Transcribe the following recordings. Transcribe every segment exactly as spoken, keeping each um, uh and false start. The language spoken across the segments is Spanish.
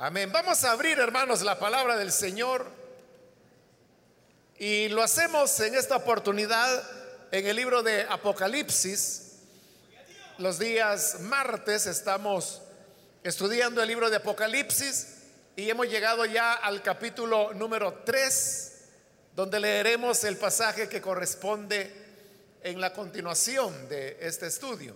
Amén. Vamos a abrir, hermanos, la palabra del Señor y lo hacemos en esta oportunidad en el libro de Apocalipsis. Los días martes estamos estudiando el libro de Apocalipsis y hemos llegado ya al capítulo número tres, donde leeremos el pasaje que corresponde en la continuación de este estudio.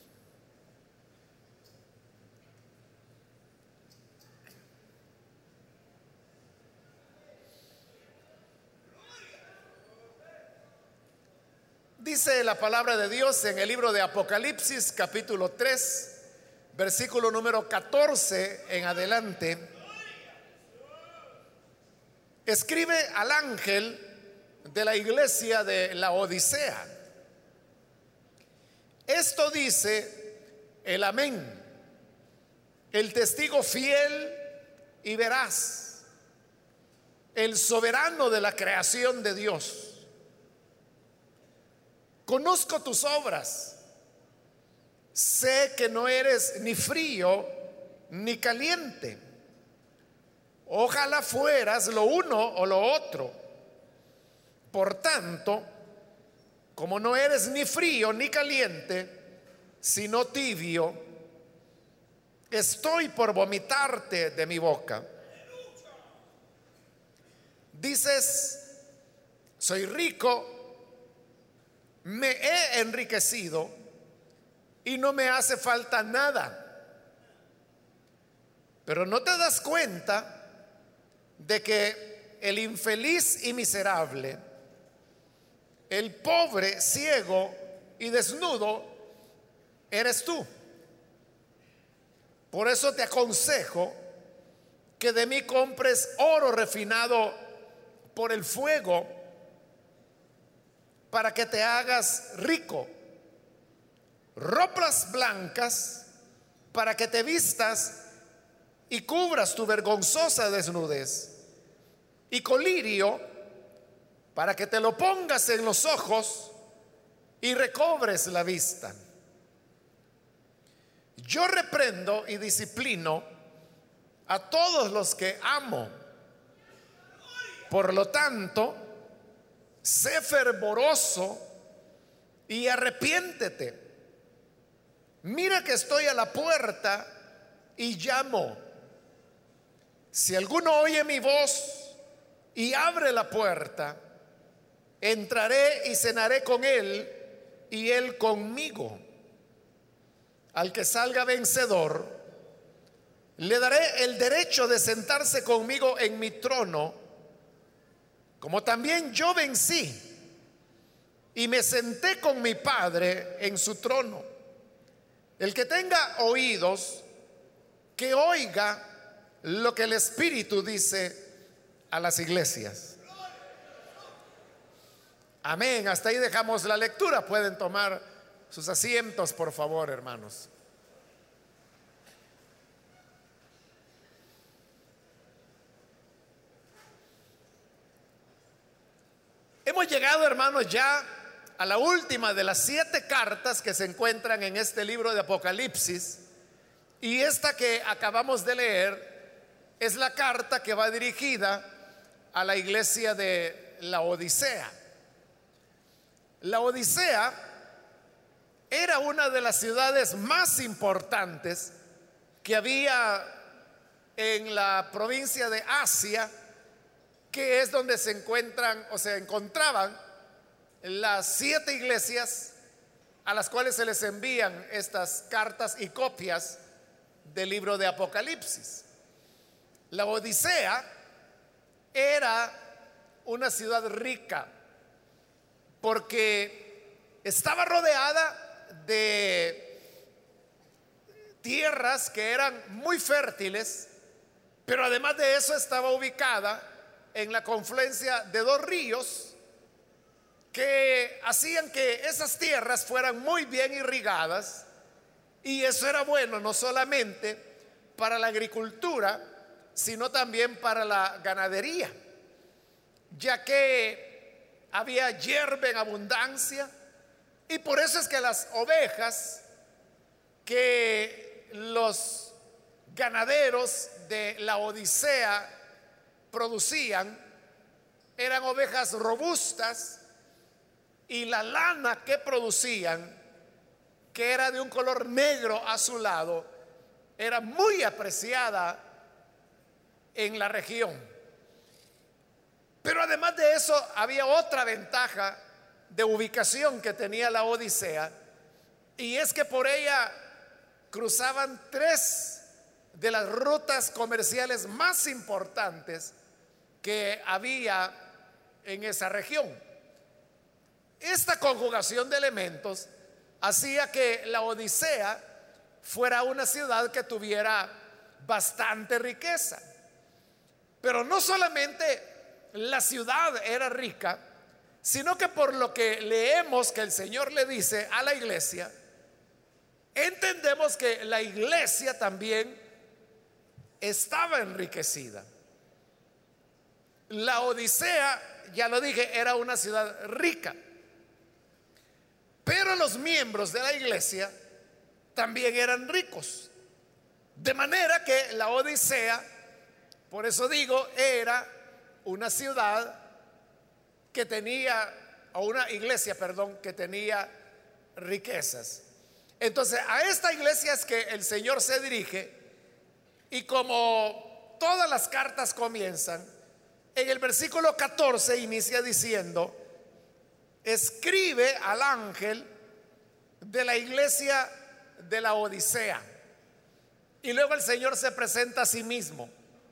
Dice la palabra de Dios en el libro de Apocalipsis, capítulo tres, versículo número catorce en adelante. Escribe al ángel de la iglesia de la Odisea: esto dice el Amén, el testigo fiel y veraz, el soberano de la creación de Dios. Conozco tus obras, sé que no eres ni frío ni caliente. Ojalá fueras lo uno o lo otro. Por tanto, como no eres ni frío ni caliente, sino tibio, estoy por vomitarte de mi boca. Dices: soy rico, me he enriquecido y no me hace falta nada. Pero no te das cuenta de que el infeliz y miserable, el pobre, ciego y desnudo, eres tú. Por eso te aconsejo que de mí compres oro refinado por el fuego, para que te hagas rico, ropas blancas para que te vistas y cubras tu vergonzosa desnudez, y colirio para que te lo pongas en los ojos y recobres la vista. Yo reprendo y disciplino a todos los que amo. Por lo tanto, sé fervoroso y arrepiéntete. Mira que estoy a la puerta y llamo. Si alguno oye mi voz y abre la puerta, entraré y cenaré con él y él conmigo. Al que salga vencedor, le daré el derecho de sentarse conmigo en mi trono, como también yo vencí y me senté con mi Padre en su trono. El que tenga oídos, que oiga lo que el Espíritu dice a las iglesias. Amén. Hasta ahí dejamos la lectura. Pueden tomar sus asientos, por favor, hermanos. Hemos llegado, hermanos, ya a la última de las siete cartas que se encuentran en este libro de Apocalipsis. Y esta que acabamos de leer es la carta que va dirigida a la iglesia de la Odisea. La Odisea era una de las ciudades más importantes que había en la provincia de Asia, que es donde se encuentran o se encontraban las siete iglesias a las cuales se les envían estas cartas y copias del libro de Apocalipsis. La Odisea era una ciudad rica porque estaba rodeada de tierras que eran muy fértiles, pero además de eso estaba ubicada en la confluencia de dos ríos que hacían que esas tierras fueran muy bien irrigadas, y eso era bueno no solamente para la agricultura, sino también para la ganadería, ya que había hierba en abundancia, y por eso es que las ovejas que los ganaderos de la Odisea producían eran ovejas robustas, y la lana que producían, que era de un color negro azulado, era muy apreciada en la región. Pero además de eso, había otra ventaja de ubicación que tenía la Odisea, y es que por ella cruzaban tres de las rutas comerciales más importantes que había en esa región. Esta conjugación de elementos hacía que la Odisea fuera una ciudad que tuviera bastante riqueza. Pero no solamente la ciudad era rica, sino que por lo que leemos que el Señor le dice a la iglesia, entendemos que la iglesia también estaba enriquecida. La Odisea, ya lo dije, era una ciudad rica, pero los miembros de la iglesia también eran ricos. De manera que la Odisea, por eso digo, era una ciudad que tenía, o una iglesia, perdón, que tenía riquezas. Entonces, a esta iglesia es que el Señor se dirige, y como todas las cartas comienzan, en el versículo catorce inicia diciendo: escribe al ángel de la iglesia de la Odisea. Y luego el Señor se presenta a sí mismo.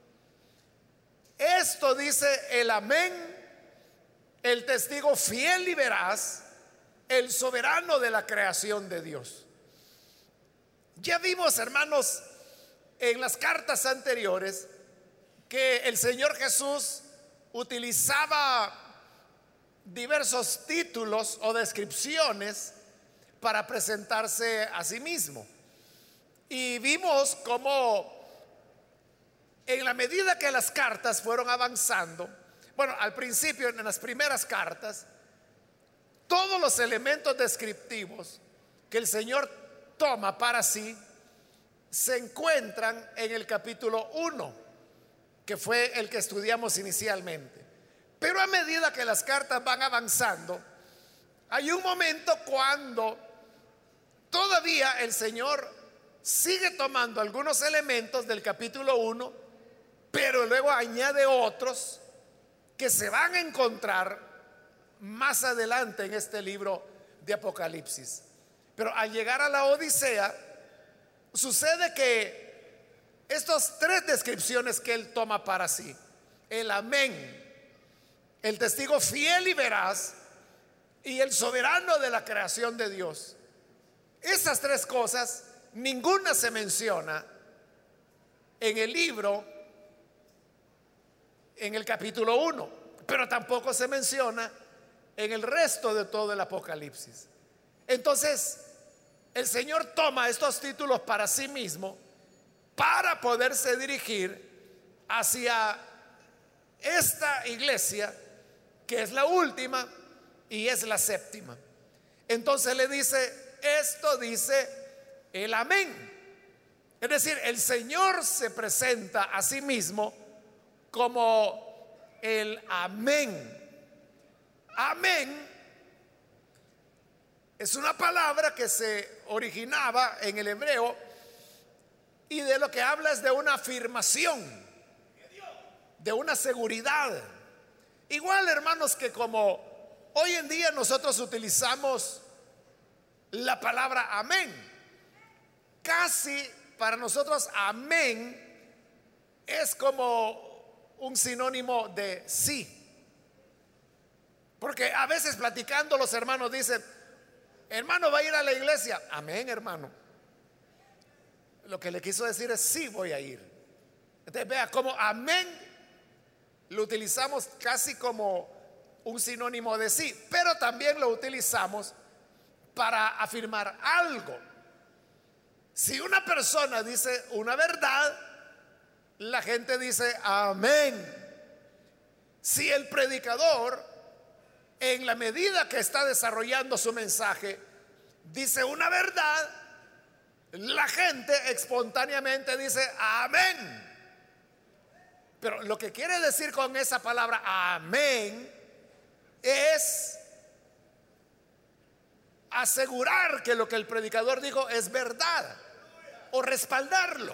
Esto dice el amén, el testigo fiel y veraz, el soberano de la creación de Dios. Ya vimos, hermanos, en las cartas anteriores que el Señor Jesús utilizaba diversos títulos o descripciones para presentarse a sí mismo. Y vimos cómo en la medida que las cartas fueron avanzando, bueno, al principio, en las primeras cartas, todos los elementos descriptivos que el Señor toma para sí se encuentran en el capítulo uno, que fue el que estudiamos inicialmente. Pero a medida que las cartas van avanzando, hay un momento cuando todavía el Señor sigue tomando algunos elementos del capítulo uno, pero luego añade otros que se van a encontrar más adelante en este libro de Apocalipsis. Pero al llegar a la Odisea, sucede que estas tres descripciones que él toma para sí, el amén, el testigo fiel y veraz, y el soberano de la creación de Dios, esas tres cosas, ninguna se menciona en el libro, en el capítulo uno, pero tampoco se menciona en el resto de todo el Apocalipsis. Entonces, el Señor toma estos títulos para sí mismo para poderse dirigir hacia esta iglesia, que es la última y es la séptima. Entonces le dice: esto dice el amén. Es decir, el Señor se presenta a sí mismo como el amén. Amén es una palabra que se originaba en el hebreo, y de lo que habla es de una afirmación, de una seguridad. Igual, hermanos, que como hoy en día nosotros utilizamos la palabra amén, casi para nosotros amén es como un sinónimo de sí. Porque a veces platicando los hermanos dicen: hermano, ¿va a ir a la iglesia? Amén, hermano. Lo que le quiso decir es: sí, voy a ir. Entonces vea cómo amén lo utilizamos casi como un sinónimo de sí, pero también lo utilizamos para afirmar algo. Si una persona dice una verdad, la gente dice amén. Si el predicador, en la medida que está desarrollando su mensaje, dice una verdad, la gente espontáneamente dice amén. Pero lo que quiere decir con esa palabra amén es asegurar que lo que el predicador dijo es verdad o respaldarlo.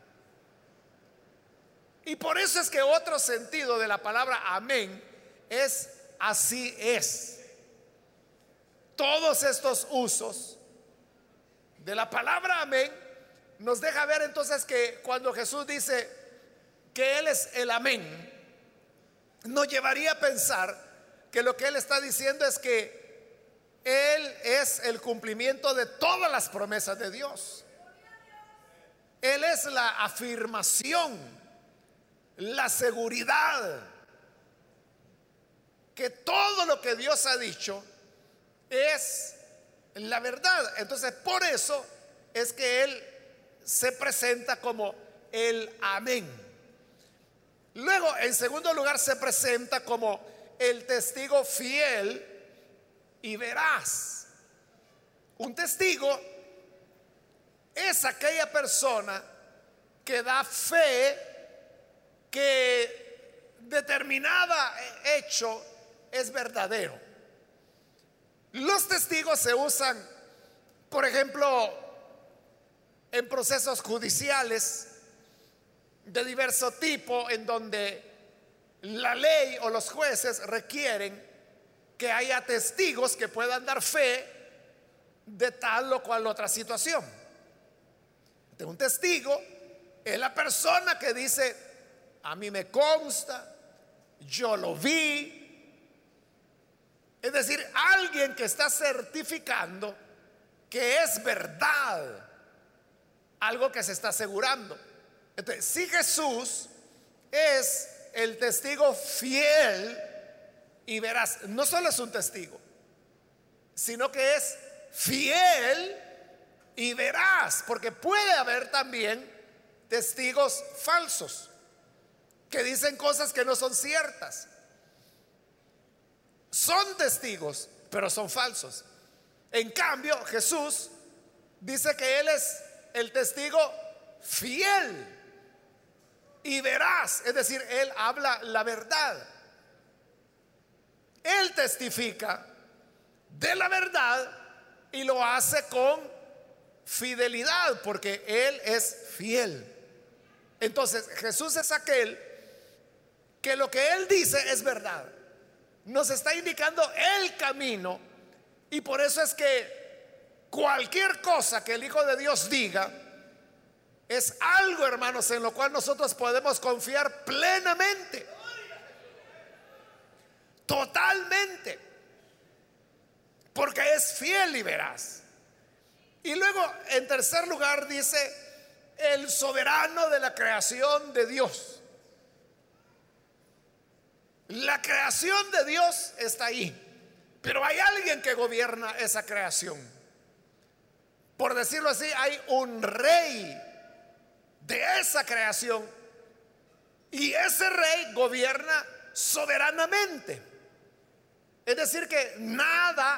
Y por eso es que otro sentido de la palabra amén es así es. Todos estos usos de la palabra amén nos deja ver entonces que cuando Jesús dice que Él es el amén, nos llevaría a pensar que lo que Él está diciendo es que Él es el cumplimiento de todas las promesas de Dios. Él es la afirmación, la seguridad que todo lo que Dios ha dicho es la verdad. Entonces, por eso es que Él se presenta como el amén. Luego, en segundo lugar, se presenta como el testigo fiel y veraz. Un testigo es aquella persona que da fe que determinada hecho es verdadero. Los testigos se usan, por ejemplo, en procesos judiciales de diverso tipo, en donde la ley o los jueces requieren que haya testigos que puedan dar fe de tal o cual otra situación. De un testigo es la persona que dice: a mí me consta, yo lo vi. Es decir, alguien que está certificando que es verdad algo que se está asegurando. Entonces, si Jesús es el testigo fiel y veraz, no solo es un testigo, sino que es fiel y veraz, porque puede haber también testigos falsos que dicen cosas que no son ciertas. Son testigos, pero son falsos. En cambio, Jesús dice que Él es el testigo fiel y veraz, es decir, Él habla la verdad. Él testifica de la verdad y lo hace con fidelidad, porque Él es fiel. Entonces, Jesús es aquel que lo que Él dice es verdad. Nos está indicando el camino, y por eso es que cualquier cosa que el Hijo de Dios diga es algo, hermanos, en lo cual nosotros podemos confiar plenamente, totalmente, porque es fiel y veraz. Y luego, en tercer lugar, dice el soberano de la creación de Dios. La creación de Dios está ahí, pero hay alguien que gobierna esa creación. Por decirlo así, hay un rey de esa creación, y ese rey gobierna soberanamente. Es decir, que nada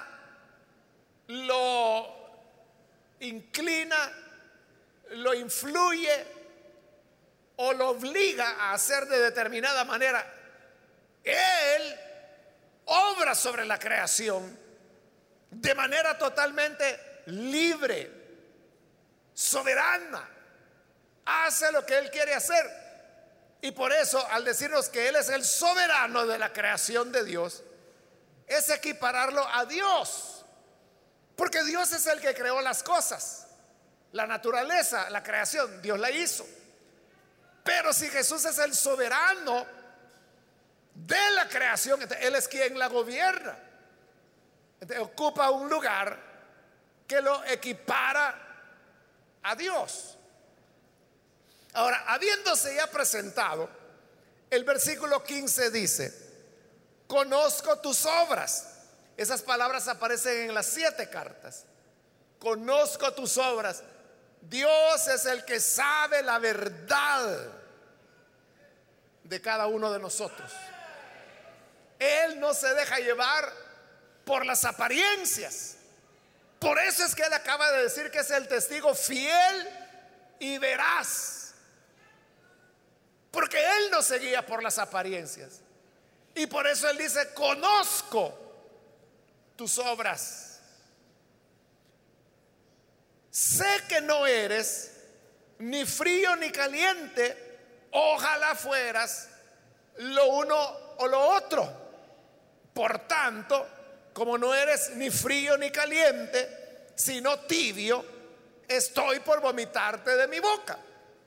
lo inclina, lo influye o lo obliga a hacer de determinada manera. Él obra sobre la creación de manera totalmente libre, soberana. Hace lo que Él quiere hacer. Y por eso, al decirnos que Él es el soberano de la creación de Dios, es equipararlo a Dios, porque Dios es el que creó las cosas. La naturaleza, la creación, Dios la hizo. Pero si Jesús es el soberano de la creación, Él es quien la gobierna. Entonces, ocupa un lugar que lo equipara a Dios. Ahora, habiéndose ya presentado, el versículo quince dice: conozco tus obras. Esas palabras aparecen en las siete cartas. Conozco tus obras. Dios es el que sabe la verdad de cada uno de nosotros. Él no se deja llevar por las apariencias. Por eso es que Él acaba de decir que es el testigo fiel y veraz, porque Él no se guía por las apariencias. Y por eso él dice: conozco tus obras. Sé que no eres ni frío ni caliente. Ojalá fueras lo uno o lo otro. Por tanto, como no eres ni frío ni caliente, sino tibio, estoy por vomitarte de mi boca.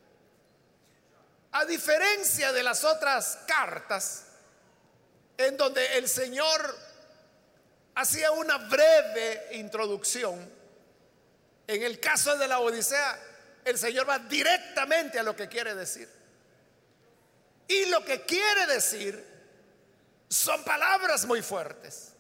A diferencia de las otras cartas, en donde el Señor hacía una breve introducción, en el caso de la Odisea, el Señor va directamente a lo que quiere decir. Y lo que quiere decir son palabras muy fuertes.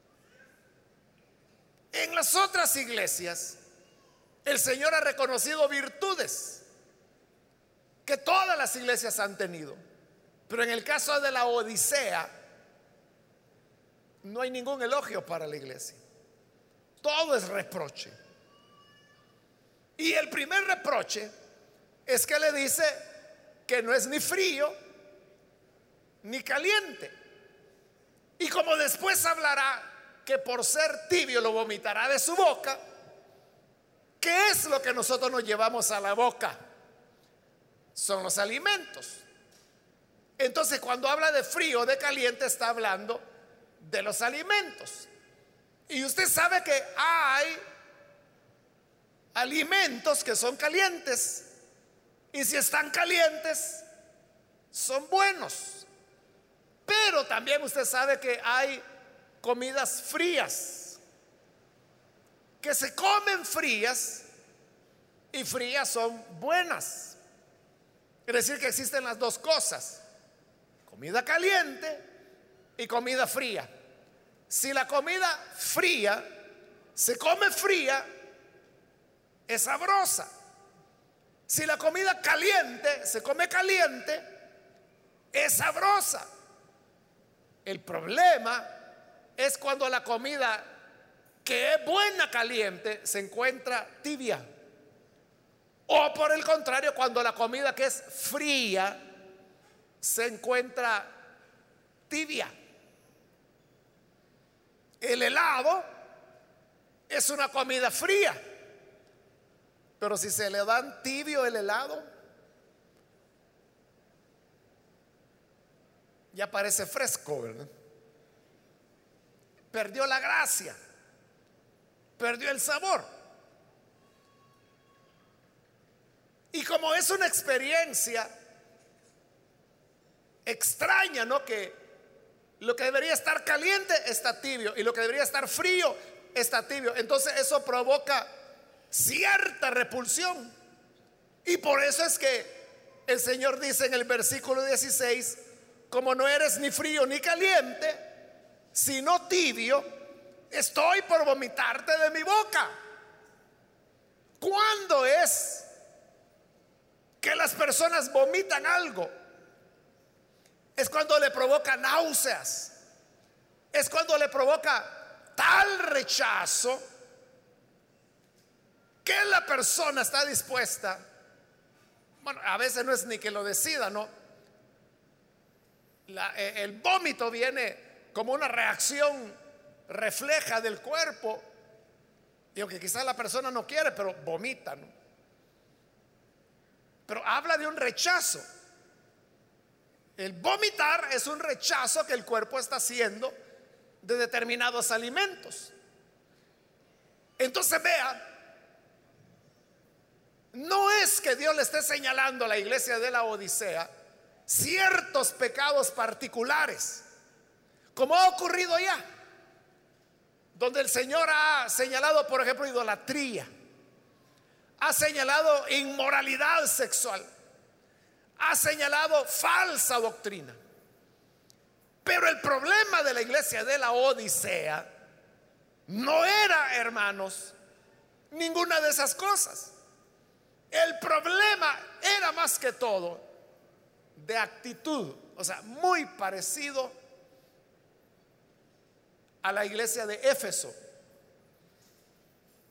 En las otras iglesias, el Señor ha reconocido virtudes que todas las iglesias han tenido. Pero en el caso de la Odisea, no hay ningún elogio para la iglesia. Todo es reproche. Y el primer reproche es que le dice que no es ni frío ni caliente. Y como después hablará que por ser tibio lo vomitará de su boca, ¿qué es lo que nosotros nos llevamos a la boca? Son los alimentos. Entonces, cuando habla de frío o de caliente, está hablando de los alimentos. Y usted sabe que hay alimentos que son calientes, y si están calientes son buenos. Pero también usted sabe que hay comidas frías que se comen frías, y frías son buenas. Es decir, que existen las dos cosas: comida caliente y comida fría. Si la comida fría se come fría, es sabrosa. Si la comida caliente se come caliente, es sabrosa. El problema es cuando la comida que es buena caliente se encuentra tibia. O por el contrario, cuando la comida que es fría se encuentra tibia. El helado es una comida fría, pero si se le dan tibio el helado, ya parece fresco, ¿verdad? Perdió la gracia, perdió el sabor. Y como es una experiencia extraña, ¿no? Que lo que debería estar caliente está tibio, y lo que debería estar frío está tibio. Entonces eso provoca cierta repulsión. Y por eso es que el Señor dice en el versículo dieciséis: como no eres ni frío ni caliente, sino tibio, estoy por vomitarte de mi boca. ¿Cuándo es que las personas vomitan algo? Es cuando le provoca náuseas, es cuando le provoca tal rechazo que la persona está dispuesta, bueno, a veces no es ni que lo decida, no, la, el vómito viene como una reacción refleja del cuerpo, y aunque quizás la persona no quiere, pero vomita, ¿no? Pero habla de un rechazo. El vomitar es un rechazo que el cuerpo está haciendo de determinados alimentos. Entonces vea, no es que Dios le esté señalando a la iglesia de la Odisea ciertos pecados particulares, como ha ocurrido ya, donde el Señor ha señalado, por ejemplo, idolatría, ha señalado inmoralidad sexual, ha señalado falsa doctrina. Pero el problema de la iglesia de la Odisea no era, hermanos, ninguna de esas cosas. El problema era más que todo de actitud, o sea, muy parecido a la iglesia de Éfeso,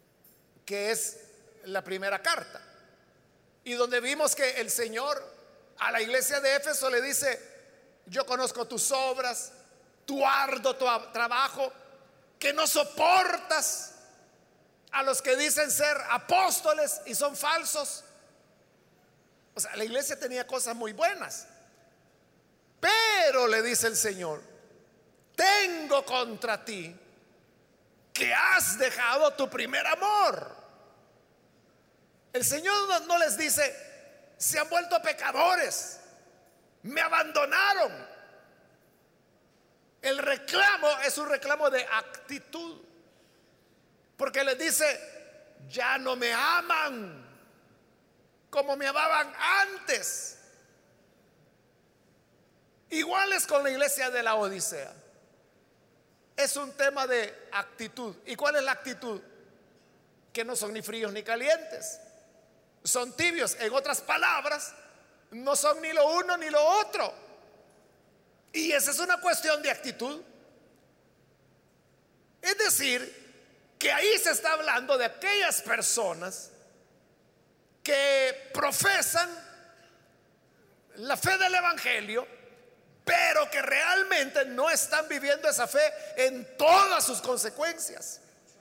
que es la primera carta, y donde vimos que el Señor A la iglesia de Éfeso le dice: yo conozco tus obras, tu arduo tu trabajo, que no soportas a los que dicen ser apóstoles y son falsos. O sea, la iglesia tenía cosas muy buenas, pero le dice el Señor: tengo contra ti que has dejado tu primer amor. El Señor no, no les dice: se han vuelto pecadores, me abandonaron. El reclamo es un reclamo de actitud, porque les dice: ya no me aman como me amaban antes. Iguales con la iglesia de la Odisea. Es un tema de actitud. ¿Y cuál es la actitud? Que no son ni fríos ni calientes, son tibios. En otras palabras, no son ni lo uno ni lo otro. Y esa es una cuestión de actitud. Es decir, que ahí se está hablando de aquellas personas que profesan la fe del Evangelio, pero que realmente no están viviendo esa fe en todas sus consecuencias.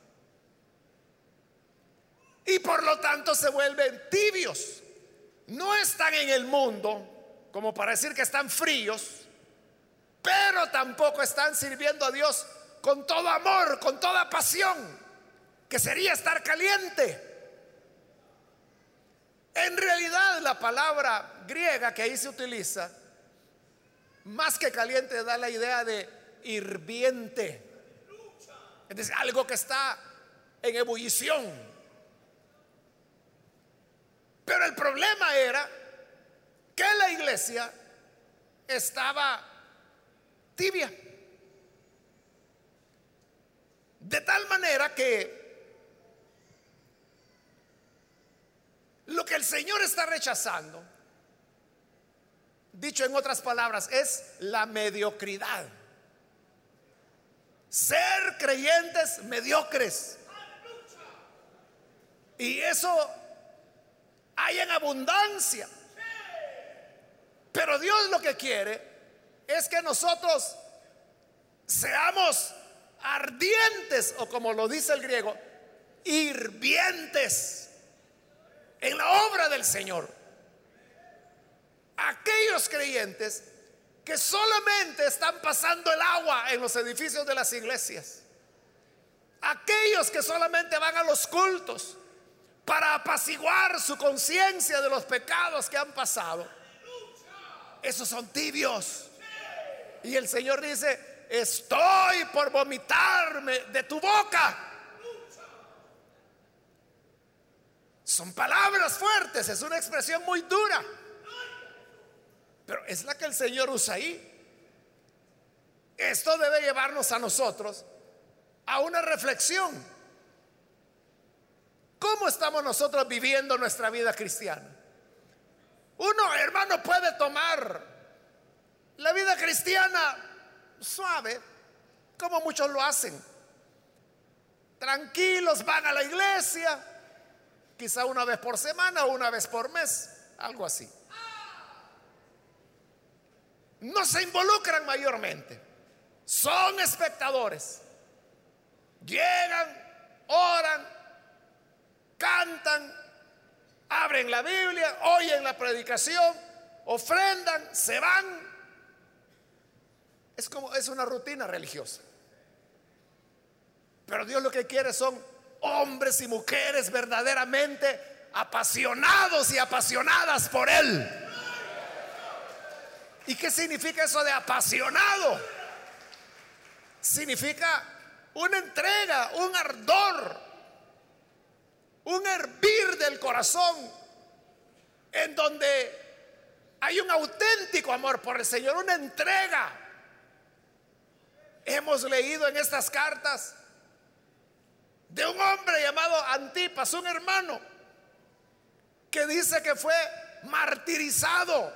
Y por lo tanto se vuelven tibios. No están en el mundo como para decir que están fríos, pero tampoco están sirviendo a Dios con todo amor, con toda pasión, que sería estar caliente. En realidad, la palabra griega que ahí se utiliza, más que caliente, da la idea de hirviente. Es decir, algo que está en ebullición. Pero el problema era que la iglesia estaba tibia, de tal manera que lo que el Señor está rechazando, dicho en otras palabras, es la mediocridad. Ser creyentes mediocres. Y eso hay en abundancia. Pero Dios lo que quiere es que nosotros seamos ardientes, o como lo dice el griego, hirvientes en la obra del Señor. Aquellos creyentes que solamente están pasando el agua en los edificios de las iglesias, aquellos que solamente van a los cultos para apaciguar su conciencia de los pecados que han pasado, esos son tibios. Y el Señor dice: estoy por vomitarme de tu boca. Son palabras fuertes, es una expresión muy dura, pero es la que el Señor usa ahí. Esto debe llevarnos a nosotros a una reflexión. ¿Cómo estamos nosotros viviendo nuestra vida cristiana? Uno, hermano, puede tomar la vida cristiana suave, como muchos lo hacen. Tranquilos, van a la iglesia, quizá una vez por semana o una vez por mes, algo así. No se involucran mayormente, son espectadores. Llegan, oran, cantan, abren la Biblia, oyen la predicación, ofrendan, se van. Es como, es una rutina religiosa. Pero Dios lo que quiere son hombres y mujeres verdaderamente apasionados y apasionadas por Él. ¿Y qué significa eso de apasionado? Significa una entrega, un ardor, un hervir del corazón, en donde hay un auténtico amor por el Señor, una entrega. Hemos leído en estas cartas de un hombre llamado Antipas, un hermano, que dice que fue martirizado.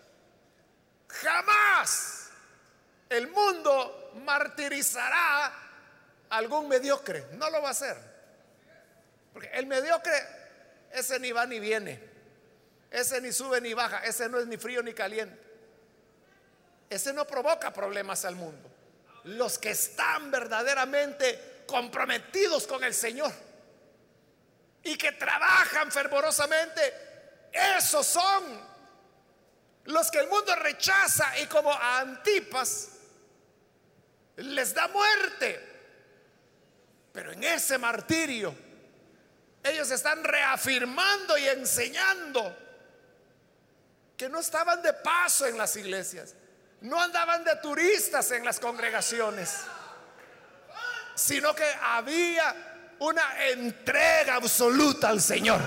Jamás el mundo martirizará a algún mediocre, no lo va a hacer, porque el mediocre, ese ni va ni viene. ese ni sube ni baja, ese no es ni frío ni caliente, ese no provoca problemas al mundo. Los que están verdaderamente comprometidos con el Señor y que trabajan fervorosamente, esos son los que el mundo rechaza y como a Antipas les da muerte. Pero en ese martirio ellos están reafirmando y enseñando que no estaban de paso en las iglesias, no andaban de turistas en las congregaciones, sino que había una entrega absoluta al Señor.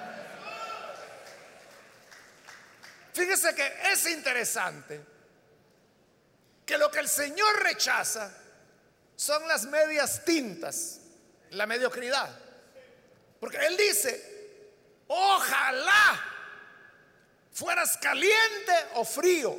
Fíjese que es interesante que lo que el Señor rechaza son las medias tintas, la mediocridad. Porque Él dice: ojalá fueras caliente o frío.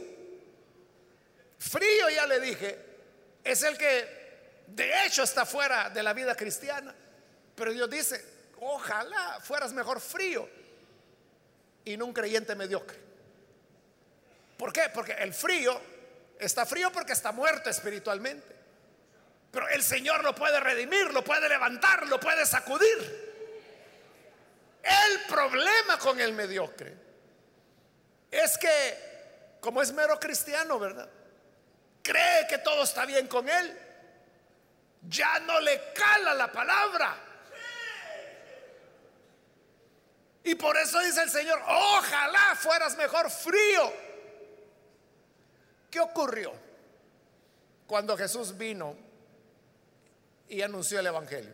Frío, ya le dije, es el que de hecho está fuera de la vida cristiana. Pero Dios dice: ojalá fueras mejor frío y no un creyente mediocre. ¿Por qué? Porque el frío está frío porque está muerto espiritualmente. Pero el Señor lo puede redimir, lo puede levantar, lo puede sacudir. El problema con el mediocre es que, como es mero cristiano, ¿verdad?, cree que todo está bien con él, ya no le cala la palabra. Y por eso dice el Señor: ojalá fueras mejor frío. ¿Qué ocurrió cuando Jesús vino y anunció el evangelio?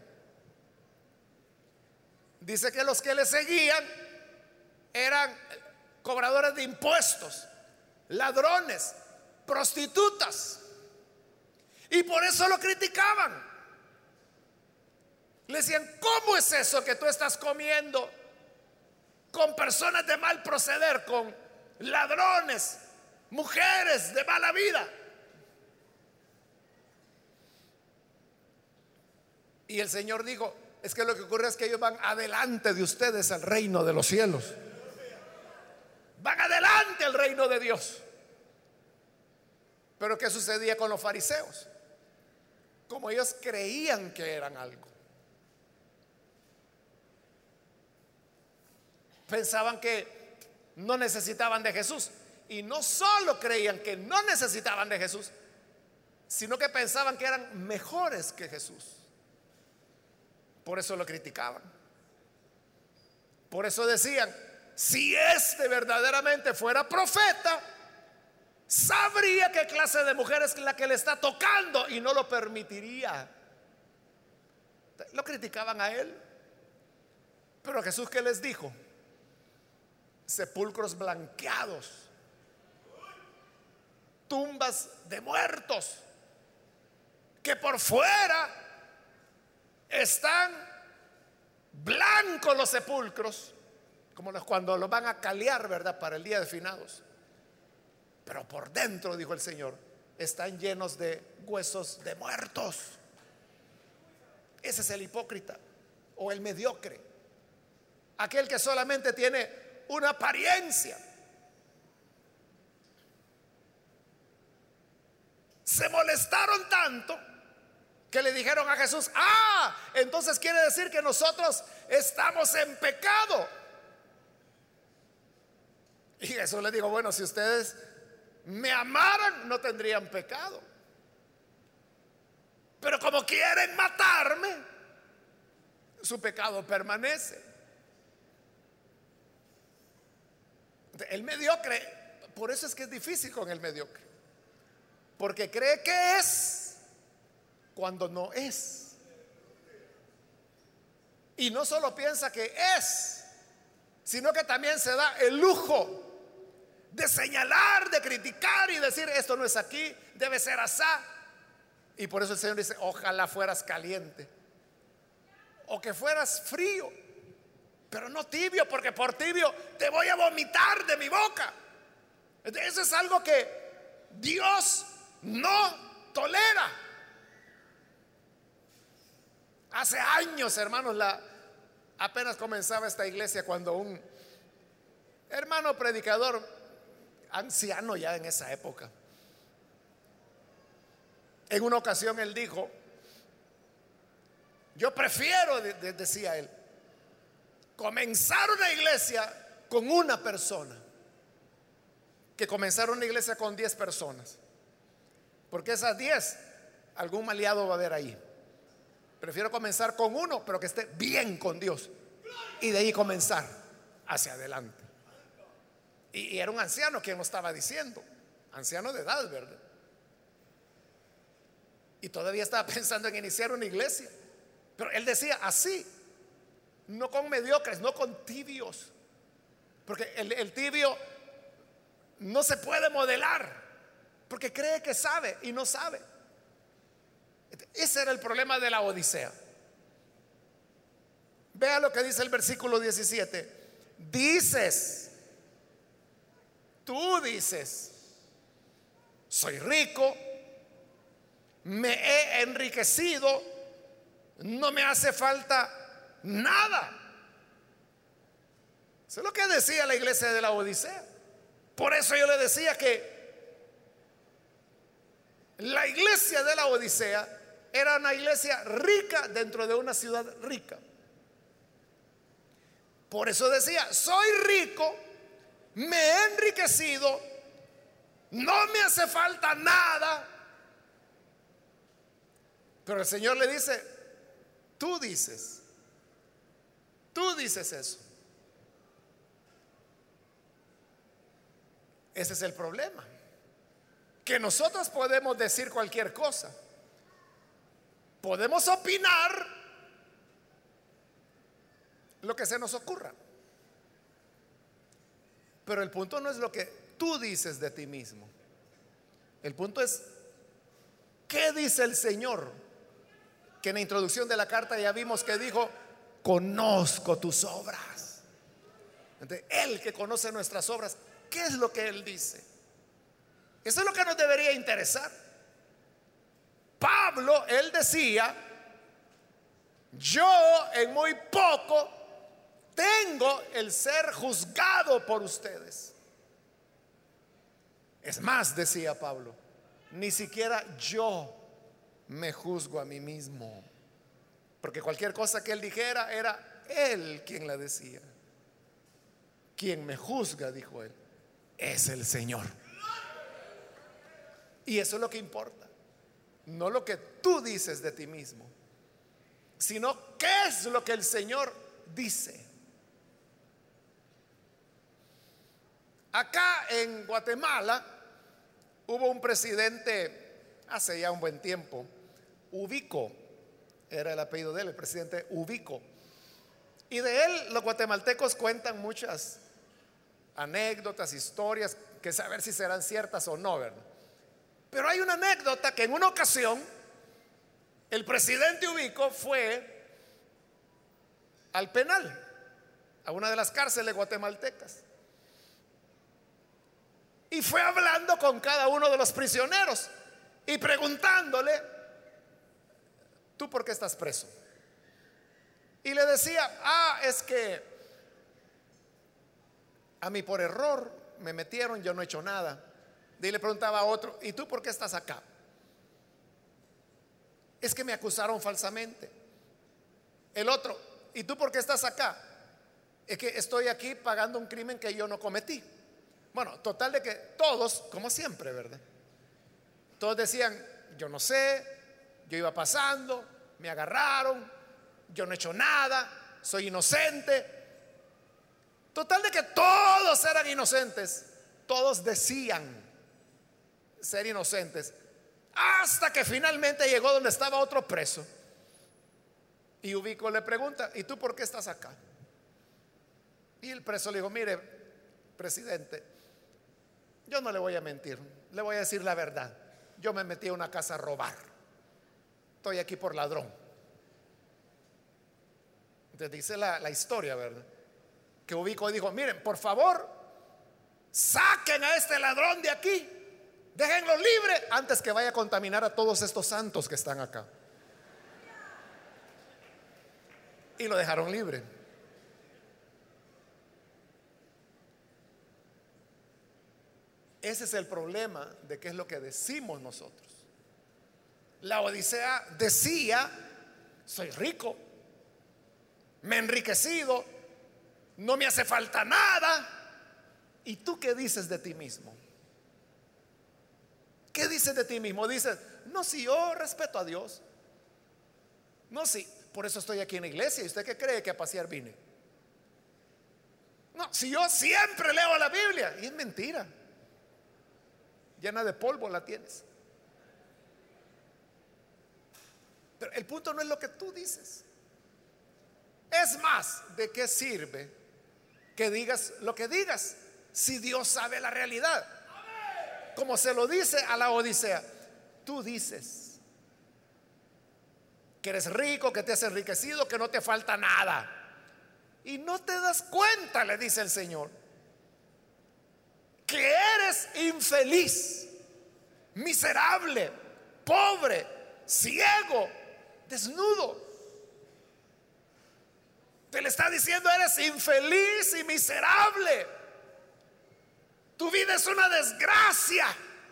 Dice que los que le seguían eran cobradores de impuestos, ladrones, prostitutas, y por eso lo criticaban. Le decían: ¿cómo es eso que tú estás comiendo con personas de mal proceder, con ladrones, mujeres de mala vida? Y el Señor dijo: es que lo que ocurre es que ellos van adelante de ustedes al reino de los cielos, van adelante al reino de Dios. Pero ¿qué sucedía con los fariseos? Como ellos creían que eran algo, pensaban que no necesitaban de Jesús. Y no solo creían que no necesitaban de Jesús, sino que pensaban que eran mejores que Jesús. Por eso lo criticaban. Por eso decían: si este verdaderamente fuera profeta, sabría qué clase de mujer es la que le está tocando y no lo permitiría. Lo criticaban a él. Pero Jesús, ¿qué les dijo? Sepulcros blanqueados, tumbas de muertos, que por fuera están blancos los sepulcros, como los cuando los van a calear, ¿verdad?, para el día de finados. Pero por dentro, dijo el Señor, están llenos de huesos de muertos. Ese es el hipócrita o el mediocre, aquel que solamente tiene una apariencia. Se molestaron tanto que le dijeron a Jesús: ah, entonces quiere decir que nosotros estamos en pecado. Y Jesús le dijo: bueno, si ustedes me amaran, no tendrían pecado. Pero como quieren matarme, su pecado permanece. El mediocre, por eso es que es difícil con el mediocre, porque cree que es cuando no es. Y no solo piensa que es, sino que también se da el lujo de señalar, de criticar y decir: esto no es aquí, debe ser asá. Y por eso el Señor dice: ojalá fueras caliente o que fueras frío, pero no tibio, porque por tibio te voy a vomitar de mi boca. Eso es algo que Dios no tolera. Hace años, hermanos, la, apenas comenzaba esta iglesia, cuando un hermano predicador, anciano ya en esa época. En una ocasión él dijo: yo prefiero, de- de- decía él, comenzar una iglesia con una persona que comenzar una iglesia con diez personas, porque esas diez algún maleado va a haber ahí. Prefiero comenzar con uno, pero que esté bien con Dios, y de ahí comenzar hacia adelante. Y, y era un anciano quien lo estaba diciendo, anciano de edad, ¿verdad? Y todavía estaba pensando en iniciar una iglesia. Pero él decía así, no con mediocres, no con tibios, porque el, el tibio no se puede modelar, porque cree que sabe y no sabe. Ese era el problema de la Odisea. Vea lo que dice el versículo diecisiete. Dices, tú dices, soy rico, me he enriquecido, no me hace falta nada. Eso es lo que decía la iglesia de la Odisea. Por eso yo le decía que la iglesia de la Odisea era una iglesia rica dentro de una ciudad rica. Por eso decía, soy rico, me he enriquecido, no me hace falta nada. Pero el Señor le dice, tú dices, tú dices eso. Ese es el problema, que nosotros podemos decir cualquier cosa, podemos opinar lo que se nos ocurra, pero el punto no es lo que tú dices de ti mismo. El punto es, ¿qué dice el Señor? Que en la introducción de la carta ya vimos que dijo, conozco tus obras. Entonces, Él que conoce nuestras obras, ¿qué es lo que Él dice? Eso es lo que nos debería interesar. Pablo, él decía, yo en muy poco tengo el ser juzgado por ustedes. Es más, decía Pablo, ni siquiera yo me juzgo a mí mismo, porque cualquier cosa que él dijera era él quien la decía. Quien me juzga, dijo él, es el Señor. Y eso es lo que importa, no lo que tú dices de ti mismo, sino qué es lo que el Señor dice. Acá en Guatemala hubo un presidente hace ya un buen tiempo, Ubico, era el apellido de él, el presidente Ubico. Y de él los guatemaltecos cuentan muchas anécdotas, historias, que saber si serán ciertas o no, ¿verdad? Pero hay una anécdota que en una ocasión el presidente Ubico fue al penal, a una de las cárceles guatemaltecas, y fue hablando con cada uno de los prisioneros y preguntándole, ¿tú por qué estás preso? Y le decía, ah, es que a mí por error me metieron, yo no he hecho nada. Y le preguntaba a otro, ¿y tú por qué estás acá? Es que me acusaron falsamente. El otro, ¿y tú por qué estás acá? Es que estoy aquí pagando un crimen que yo no cometí. Bueno, total de que todos, como siempre, ¿verdad? Todos decían, yo no sé, yo iba pasando, me agarraron, yo no he hecho nada, soy inocente. Total de que todos eran inocentes, todos decían ser inocentes, hasta que finalmente llegó donde estaba otro preso. Y Ubico le pregunta, ¿y tú por qué estás acá? Y el preso le dijo, mire, presidente, yo no le voy a mentir, le voy a decir la verdad. Yo me metí a una casa a robar, estoy aquí por ladrón. Entonces dice la, la historia, ¿verdad? Que Ubico dijo, miren, por favor, saquen a este ladrón de aquí, déjenlo libre antes que vaya a contaminar a todos estos santos que están acá. Y lo dejaron libre. Ese es el problema de qué es lo que decimos nosotros. La Odisea decía: soy rico, me he enriquecido, no me hace falta nada. ¿Y tú qué dices de ti mismo? ¿Qué dices de ti mismo? Dices: no, si yo respeto a Dios. No, si por eso estoy aquí en la iglesia. ¿Y usted qué cree que a pasear vine? No, si yo siempre leo la Biblia. Y es mentira. Llena de polvo la tienes. Pero el punto no es lo que tú dices. Es más, ¿de qué sirve que digas lo que digas si Dios sabe la realidad? Como se lo dice a la Odisea: tú dices que eres rico, que te has enriquecido, que no te falta nada, y no te das cuenta, le dice el Señor, que eres infeliz, miserable, pobre, ciego, desnudo. Te le está diciendo: eres infeliz y miserable. Tu vida es una desgracia.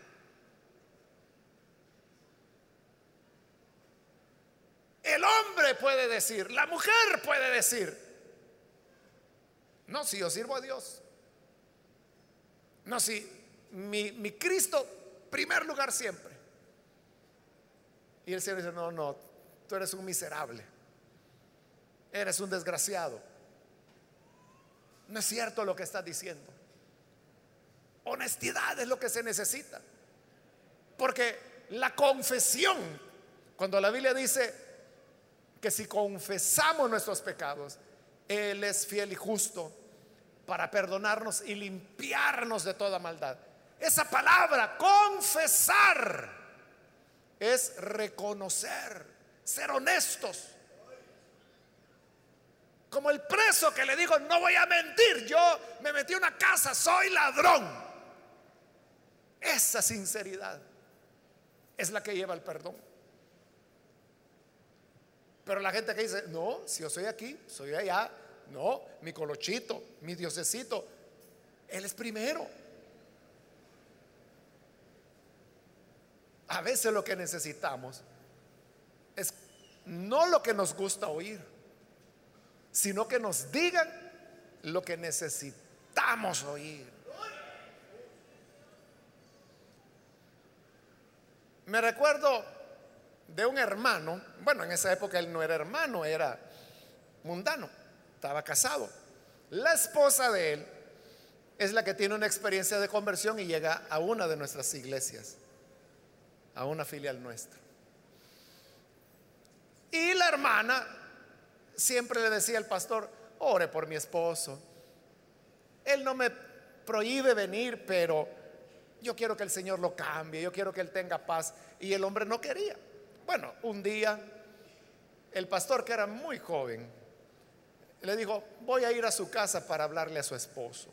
El hombre puede decir, la mujer puede decir: no, si yo sirvo a Dios. No, si mi, mi Cristo, primer lugar siempre. Y el Señor dice: no, no, tú eres un miserable, eres un desgraciado. No es cierto lo que estás diciendo. Honestidad es lo que se necesita. Porque la confesión, cuando la Biblia dice que si confesamos nuestros pecados, Él es fiel y justo para perdonarnos y limpiarnos de toda maldad. Esa palabra, confesar, es reconocer, ser honestos. Como el preso que le dijo: no voy a mentir, yo me metí en una casa, soy ladrón. Esa sinceridad es la que lleva al perdón. Pero la gente que dice: no, si yo soy aquí, soy allá, no, mi colochito, mi diosecito, Él es primero. A veces lo que necesitamos es no lo que nos gusta oír, sino que nos digan lo que necesitamos oír. Me recuerdo de un hermano. Bueno, en esa época él no era hermano, era mundano, estaba casado. La esposa de él es la que tiene una experiencia de conversión y llega a una de nuestras iglesias, a una filial nuestra. Y la hermana siempre le decía al pastor: ore por mi esposo, él no me prohíbe venir, pero yo quiero que el Señor lo cambie, yo quiero que él tenga paz. Y el hombre no quería. Bueno, un día el pastor, que era muy joven, le dijo: voy a ir a su casa para hablarle a su esposo.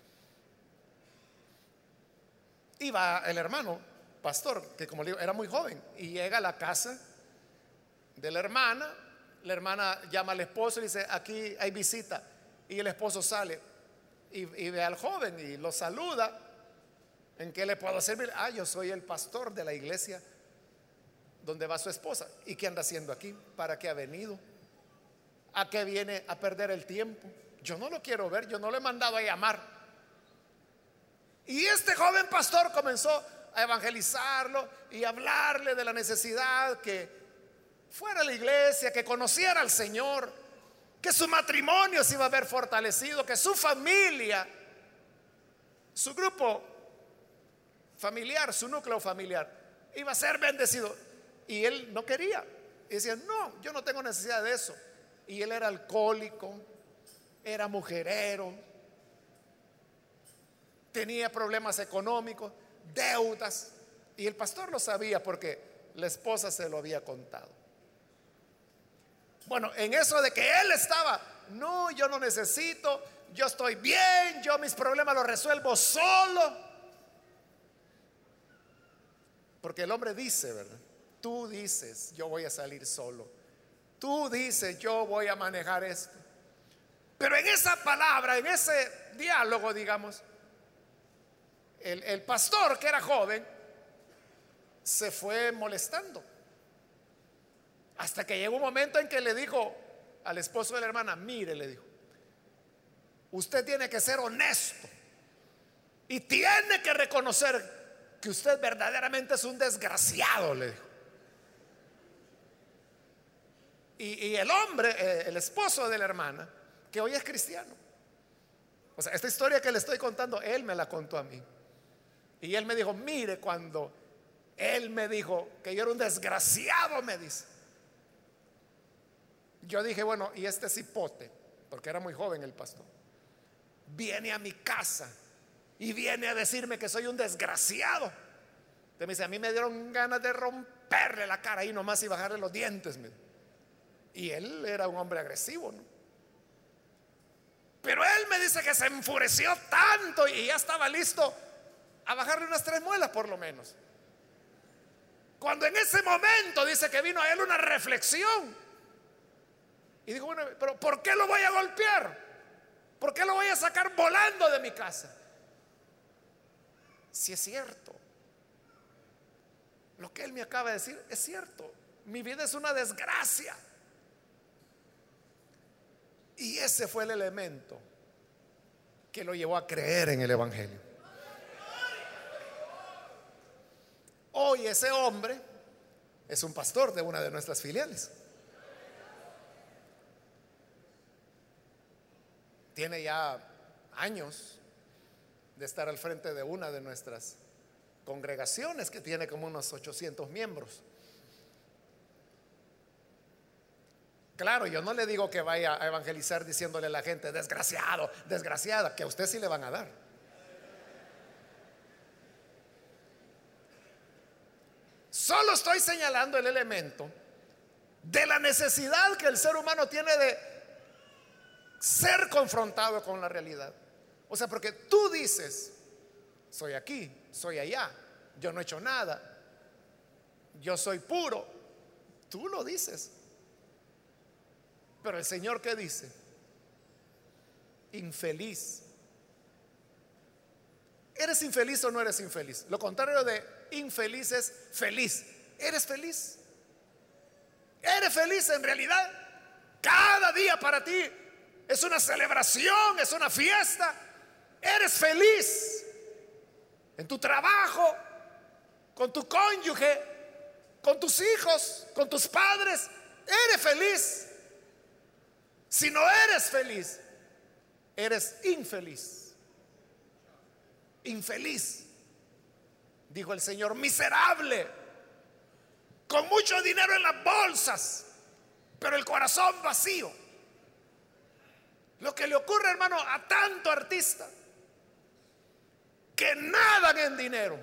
Y va el hermano pastor, que como le digo, era muy joven, y llega a la casa de la hermana. La hermana llama al esposo y dice: aquí hay visita. Y el esposo sale y, y ve al joven y lo saluda. ¿En qué le puedo servir? Ah, yo soy el pastor de la iglesia donde va su esposa. ¿Y qué anda haciendo aquí? ¿Para qué ha venido? ¿A qué viene a perder el tiempo? Yo no lo quiero ver, yo no lo he mandado a llamar. Y este joven pastor comenzó a evangelizarlo y a hablarle de la necesidad que fuera a la iglesia, que conociera al Señor, que su matrimonio se iba a ver fortalecido, que su familia, su grupo familiar, su núcleo familiar, iba a ser bendecido. Y él no quería. Y decía: no, yo no tengo necesidad de eso. Y él era alcohólico, era mujerero, tenía problemas económicos, deudas. Y el pastor lo sabía porque la esposa se lo había contado. Bueno, en eso de que él estaba: no, yo no necesito, yo estoy bien, yo mis problemas los resuelvo solo. Porque el hombre dice, ¿verdad? Tú dices: yo voy a salir solo. Tú dices: yo voy a manejar esto. Pero en esa palabra, en ese diálogo, digamos, el, el pastor, que era joven, se fue molestando. Hasta que llegó un momento en que le dijo al esposo de la hermana: mire, le dijo, usted tiene que ser honesto y tiene que reconocer que usted verdaderamente es un desgraciado, le dijo. Y, y el hombre, eh, el esposo de la hermana, que hoy es cristiano, o sea, esta historia que le estoy contando, él me la contó a mí. Y él me dijo: mire, cuando él me dijo que yo era un desgraciado, me dice, yo dije, bueno, y este cipote, porque era muy joven el pastor, viene a mi casa y viene a decirme que soy un desgraciado. Entonces me dice: a mí me dieron ganas de romperle la cara ahí nomás y bajarle los dientes. Y él era un hombre agresivo, ¿no? Pero él me dice que se enfureció tanto y ya estaba listo a bajarle unas tres muelas por lo menos. Cuando en ese momento dice que vino a él una reflexión y dijo: bueno, pero ¿por qué lo voy a golpear? ¿Por qué lo voy a sacar volando de mi casa? Si es cierto, lo que él me acaba de decir es cierto. Mi vida es una desgracia. Y ese fue el elemento que lo llevó a creer en el Evangelio. Hoy ese hombre es un pastor de una de nuestras filiales. Tiene ya años de estar al frente de una de nuestras congregaciones, que tiene como unos ochocientos miembros. Claro, yo no le digo que vaya a evangelizar diciéndole a la gente: desgraciado, desgraciada, que a usted sí le van a dar. Solo estoy señalando el elemento de la necesidad que el ser humano tiene de ser confrontado con la realidad. O sea, porque tú dices: soy aquí, soy allá, yo no he hecho nada, yo soy puro. Tú lo dices. Pero el Señor, ¿qué dice? Infeliz. ¿Eres infeliz o no eres infeliz? Lo contrario de infeliz es feliz. ¿Eres feliz? ¿Eres feliz en realidad? Cada día para ti es una celebración, es una fiesta. ¿Eres feliz en tu trabajo, con tu cónyuge, con tus hijos, con tus padres? ¿Eres feliz? Si no eres feliz, eres infeliz. Infeliz, dijo el Señor, miserable, con mucho dinero en las bolsas, pero el corazón vacío. Lo que le ocurre, hermano, a tanto artista que nadan en dinero,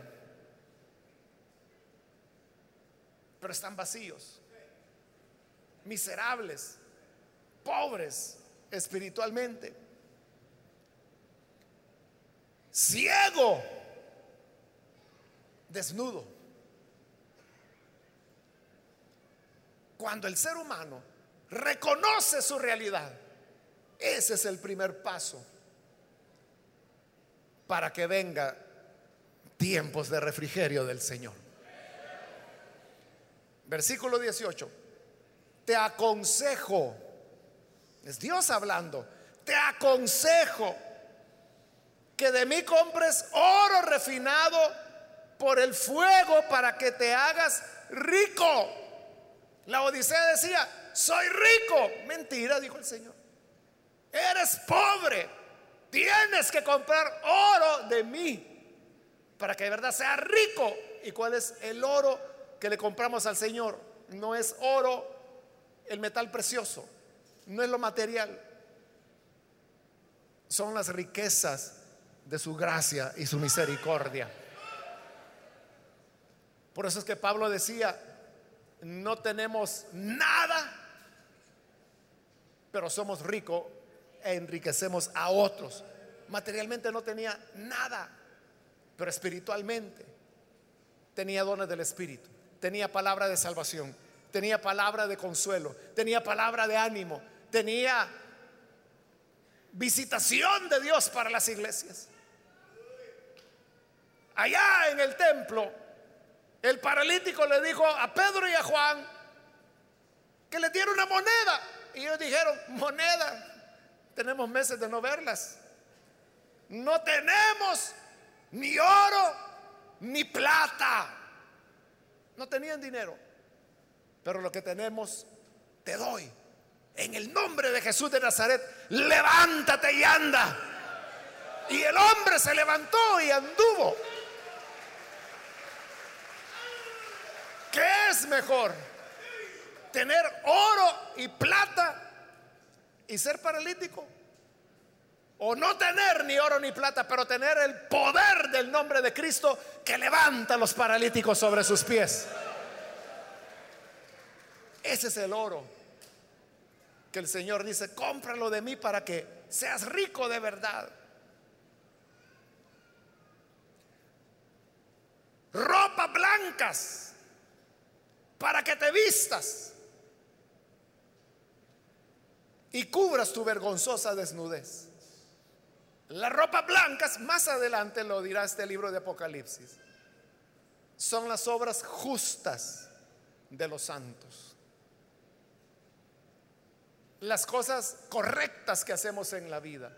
pero están vacíos, miserables, pobres espiritualmente, ciego, desnudo. Cuando el ser humano reconoce su realidad, ese es el primer paso para que venga tiempos de refrigerio del Señor. Versículo dieciocho: te aconsejo, es Dios hablando, te aconsejo que de mí compres oro refinado por el fuego para que te hagas rico. La Odisea decía: soy rico. Mentira, dijo el Señor. Eres pobre. Tienes que comprar oro de mí para que de verdad sea rico. ¿Y cuál es el oro que le compramos al Señor? No es oro, el metal precioso, no es lo material, son las riquezas de su gracia y su misericordia. Por eso es que Pablo decía: no tenemos nada, pero somos ricos e enriquecemos a otros. Materialmente no tenía nada, pero espiritualmente tenía dones del Espíritu, tenía palabra de salvación, tenía palabra de consuelo, tenía palabra de ánimo, tenía visitación de Dios para las iglesias. allá en el templo, el paralítico le dijo a Pedro y a Juan que le diera una moneda. Y ellos dijeron: moneda, tenemos meses de no verlas. No tenemos ni oro ni plata. No tenían dinero, pero lo que tenemos te doy. En el nombre de Jesús de Nazaret, levántate y anda. Y el hombre se levantó y anduvo. ¿Qué es mejor? ¿Tener oro y plata y ser paralítico? ¿O no tener ni oro ni plata, pero tener el poder del nombre de Cristo que levanta a los paralíticos sobre sus pies? Ese es el oro que el Señor dice: cómpralo de mí para que seas rico de verdad. Ropas blancas para que te vistas y cubras tu vergonzosa desnudez. Las ropas blancas, más adelante lo dirá este libro de Apocalipsis, son las obras justas de los santos, las cosas correctas que hacemos en la vida.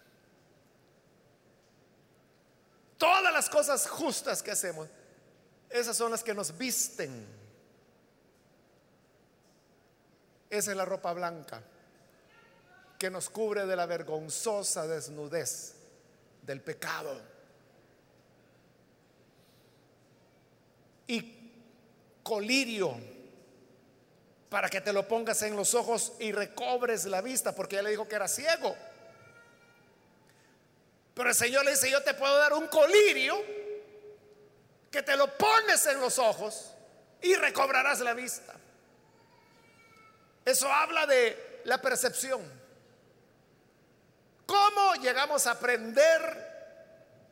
Todas las cosas justas que hacemos, esas son las que nos visten. Esa es la ropa blanca que nos cubre de la vergonzosa desnudez del pecado. Y colirio para que te lo pongas en los ojos y recobres la vista, porque ella le dijo que era ciego. Pero el Señor le dice: yo te puedo dar un colirio que te lo pones en los ojos y recobrarás la vista. Eso habla de la percepción. ¿Cómo llegamos a aprender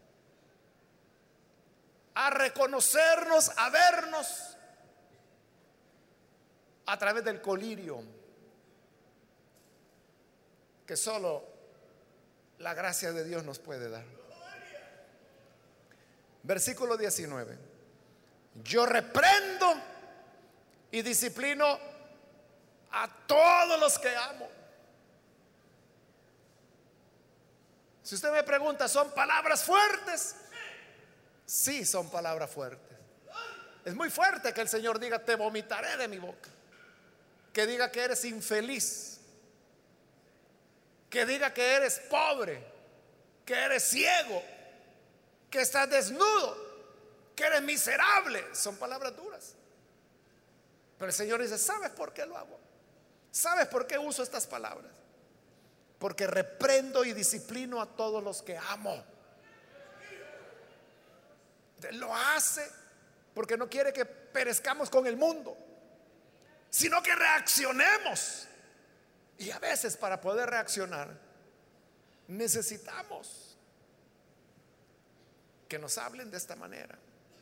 a reconocernos, a vernos? A través del colirio que solo la gracia de Dios nos puede dar. Versículo diecinueve: yo reprendo y disciplino a todos los que amo. Si usted me pregunta, ¿son palabras fuertes? Sí, son palabras fuertes. Es muy fuerte que el Señor diga: te vomitaré de mi boca. Que diga que eres infeliz, que diga que eres pobre, que eres ciego, que estás desnudo, que eres miserable. Son palabras duras. Pero el Señor dice: ¿sabes por qué lo hago? ¿Sabes por qué uso estas palabras? Porque reprendo y disciplino a todos los que amo. Él lo hace porque no quiere que perezcamos con el mundo, sino que reaccionemos. Y a veces, para poder reaccionar, necesitamos que nos hablen de esta manera.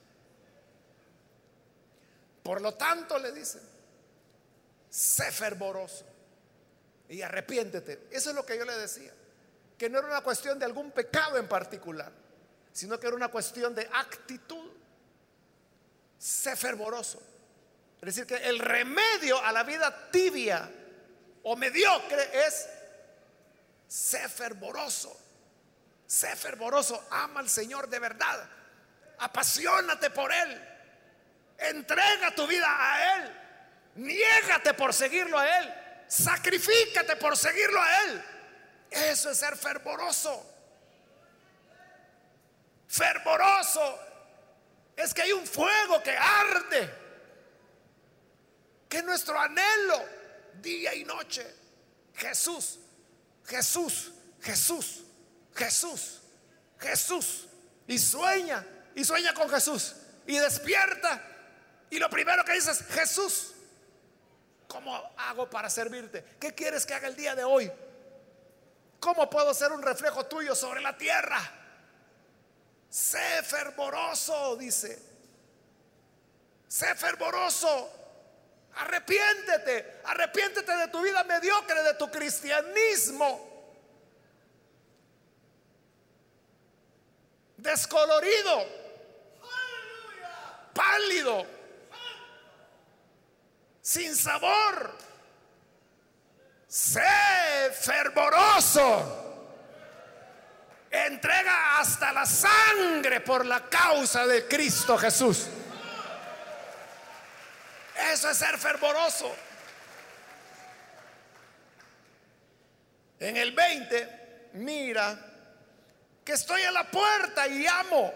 Por lo tanto, le dicen: sé fervoroso y arrepiéntete. Eso es lo que yo le decía, que no era una cuestión de algún pecado en particular, sino que era una cuestión de actitud. Sé fervoroso. Es decir, que el remedio a la vida tibia o mediocre es: sé fervoroso. Sé fervoroso, ama al Señor de verdad, apasionate por Él, entrega tu vida a Él, niégate por seguirlo a Él, sacrifícate por seguirlo a Él. Eso es ser fervoroso. Fervoroso es que hay un fuego que arde, que es nuestro anhelo día y noche. Jesús, Jesús, Jesús, Jesús, Jesús. Y sueña, y sueña con Jesús, y despierta, y lo primero que dice es: Jesús, ¿cómo hago para servirte? ¿Qué quieres que haga el día de hoy? ¿Cómo puedo ser un reflejo tuyo sobre la tierra? Sé fervoroso, dice. Sé fervoroso. Arrepiéntete, arrepiéntete de tu vida mediocre, de tu cristianismo descolorido, pálido, sin sabor. Sé fervoroso. Entrega hasta la sangre por la causa de Cristo Jesús. Eso es ser fervoroso. En el veinte, mira que estoy a la puerta y llamo.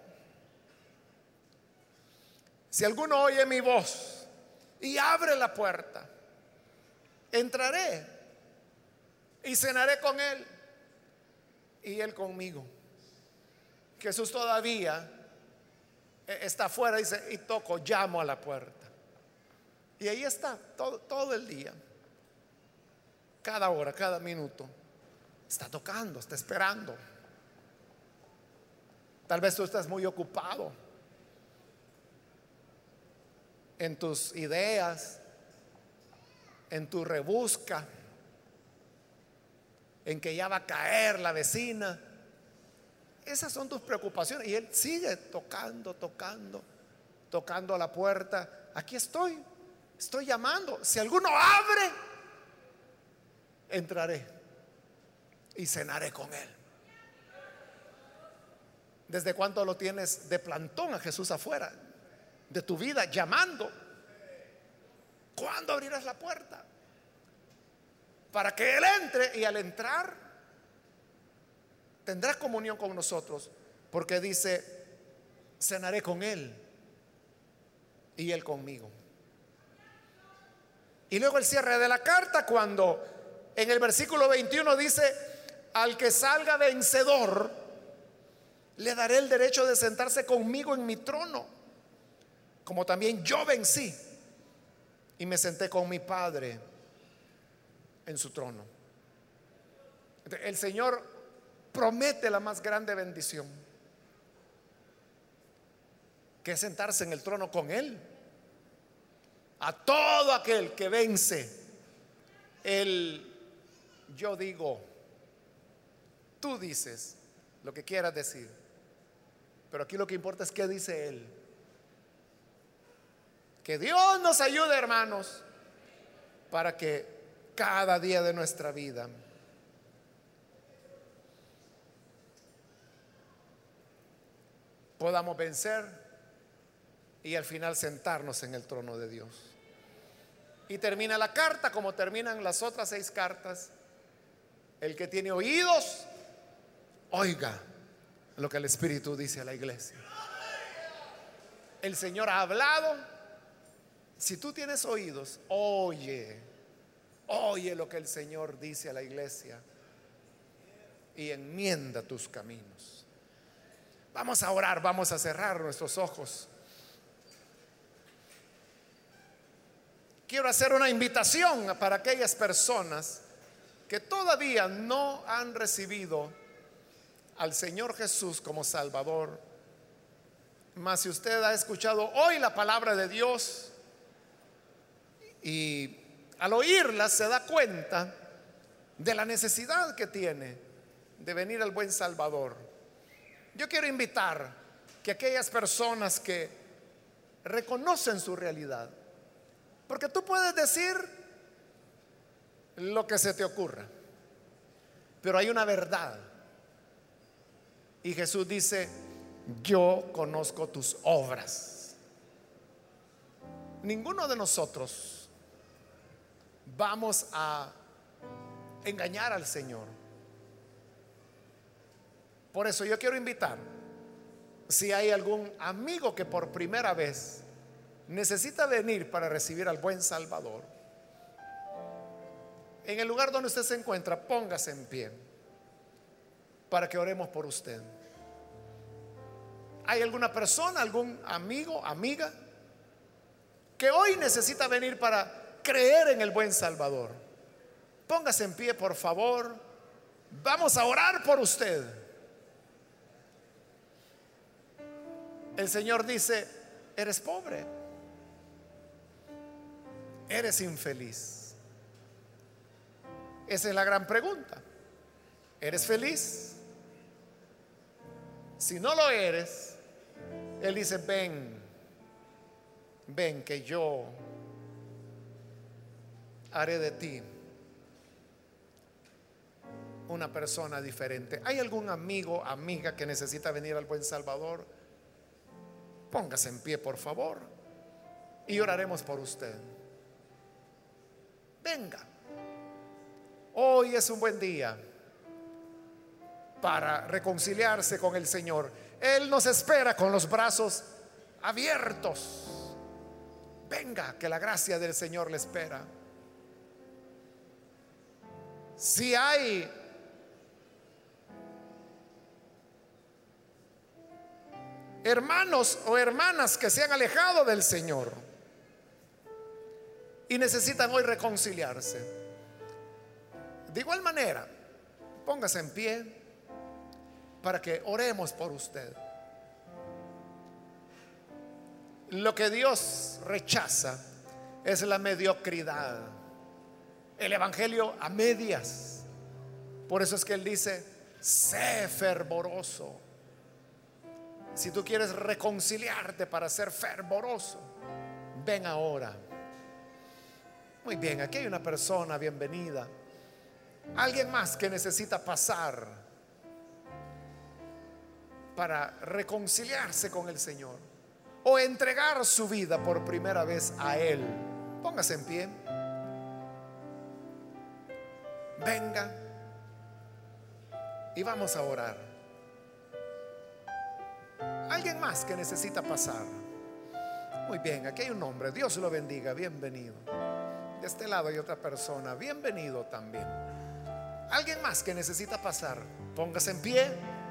Si alguno oye mi voz y abre la puerta, entraré y cenaré con él y él conmigo. Jesús todavía está afuera, dice, y toco, llamo a la puerta. Y ahí está, todo, todo el día, cada hora, cada minuto, está tocando, está esperando. Tal vez tú estás muy ocupado en tus ideas, en tu rebusca, en que ya va a caer la vecina. Esas son tus preocupaciones. Y él sigue tocando, tocando, tocando a la puerta. Aquí estoy, estoy llamando. Si alguno abre, entraré y cenaré con él. ¿Desde cuánto lo tienes de plantón a Jesús afuera de tu vida, llamando? ¿Cuándo abrirás la puerta para que él entre? Y al entrar tendrá comunión con nosotros, porque dice, cenaré con él y él conmigo. Y luego el cierre de la carta, cuando en el versículo veintiuno dice, al que salga vencedor le daré el derecho de sentarse conmigo en mi trono, como también yo vencí y me senté con mi Padre en su trono. El Señor promete la más grande bendición, que es sentarse en el trono con Él. A todo aquel que vence el yo digo, tú dices, lo que quieras decir, pero aquí lo que importa es qué dice Él. Que Dios nos ayude, hermanos, para que cada día de nuestra vida podamos vencer y al final sentarnos en el trono de Dios. Y termina la carta como terminan las otras seis cartas. El que tiene oídos, oiga lo que el Espíritu dice a la iglesia. El Señor ha hablado. Si tú tienes oídos, oye, oye lo que el Señor dice a la iglesia y enmienda tus caminos. Vamos a orar, vamos a cerrar nuestros ojos. Quiero hacer una invitación para aquellas personas que todavía no han recibido al Señor Jesús como Salvador. Mas si usted ha escuchado hoy la palabra de Dios y al oírla se da cuenta de la necesidad que tiene de venir al buen Salvador, yo quiero invitar que aquellas personas que reconocen su realidad, porque tú puedes decir lo que se te ocurra, pero hay una verdad. Y Jesús dice, yo conozco tus obras. Ninguno de nosotros vamos a engañar al Señor. Por eso yo quiero invitar, si hay algún amigo que por primera vez necesita venir para recibir al buen Salvador, en el lugar donde usted se encuentra, póngase en pie para que oremos por usted. ¿Hay alguna persona, algún amigo, amiga que hoy necesita venir para creer en el buen Salvador? Póngase en pie, por favor. Vamos a orar por usted. El Señor dice, eres pobre, eres infeliz. Esa es la gran pregunta. ¿Eres feliz? Si no lo eres, Él dice, ven, ven que yo haré de ti una persona diferente. ¿Hay algún amigo, amiga que necesita venir al Buen Salvador? Póngase en pie, por favor, y oraremos por usted. Venga. Hoy es un buen día para reconciliarse con el Señor. Él nos espera con los brazos abiertos. Venga, que la gracia del Señor le espera. Si hay hermanos o hermanas que se han alejado del Señor y necesitan hoy reconciliarse, de igual manera, póngase en pie para que oremos por usted. Lo que Dios rechaza es la mediocridad, el evangelio a medias. Por eso es que Él dice: sé fervoroso. Si tú quieres reconciliarte para ser fervoroso, ven ahora. Muy bien, aquí hay una persona, bienvenida. Alguien más que necesita pasar para reconciliarse con el Señor o entregar su vida por primera vez a Él. Póngase en pie. Venga y vamos a orar. Alguien más que necesita pasar. Muy bien, aquí hay un hombre. Dios lo bendiga, bienvenido. De este lado hay otra persona, bienvenido también. Alguien más que necesita pasar, póngase en pie,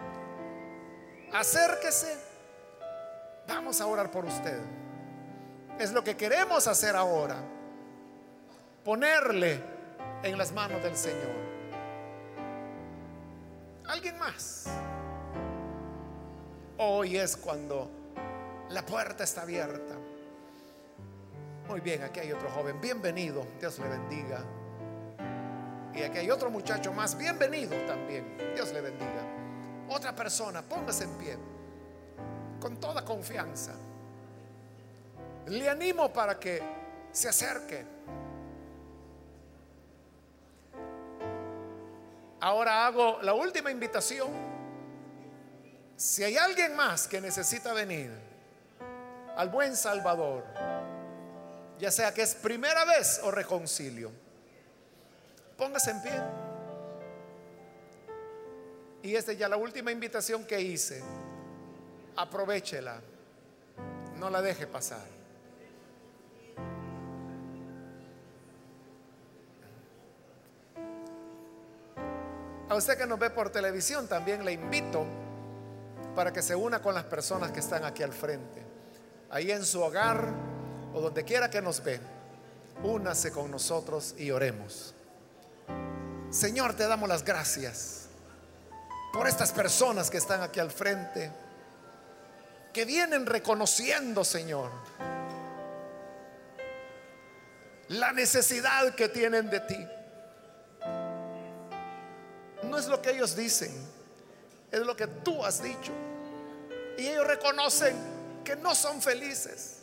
acérquese. Vamos a orar por usted. Es lo que queremos hacer ahora, ponerle en las manos del Señor. Alguien más. Hoy es cuando la puerta está abierta. Muy bien, aquí hay otro joven, bienvenido, Dios le bendiga. Y aquí hay otro muchacho más, bienvenido también, Dios le bendiga. Otra persona, póngase en pie con toda confianza. Le animo para que se acerque. Ahora hago la última invitación. Si hay alguien más que necesita venir al Buen Salvador, ya sea que es primera vez o reconcilio, póngase en pie. Y esta es ya la última invitación que hice. Aprovéchela, no la deje pasar. A usted que nos ve por televisión, también le invito para que se una con las personas que están aquí al frente, ahí en su hogar o donde quiera que nos ve. Únase con nosotros y oremos. Señor, te damos las gracias por estas personas que están aquí al frente, que vienen reconociendo, Señor, la necesidad que tienen de ti. No es lo que ellos dicen, es lo que tú has dicho. Y ellos reconocen que no son felices,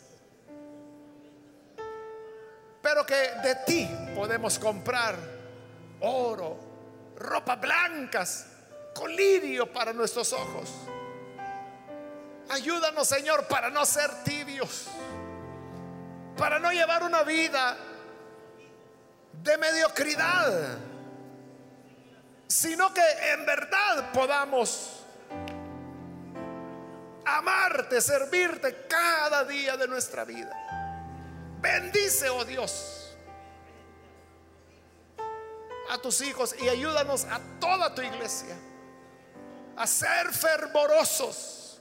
pero que de ti podemos comprar oro, ropa blancas, colirio para nuestros ojos. Ayúdanos, Señor, para no ser tibios, para no llevar una vida de mediocridad, sino que en verdad podamos amarte, servirte cada día de nuestra vida. Bendice, oh Dios, a tus hijos y ayúdanos a toda tu iglesia a ser fervorosos,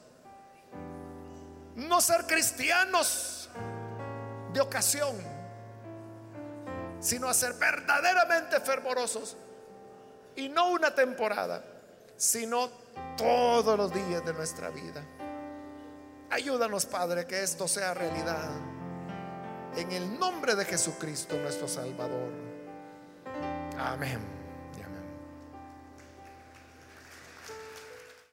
no ser cristianos de ocasión, sino a ser verdaderamente fervorosos, y no una temporada, sino todos los días de nuestra vida. Ayúdanos, Padre, que esto sea realidad, en el nombre de Jesucristo nuestro Salvador. Amén.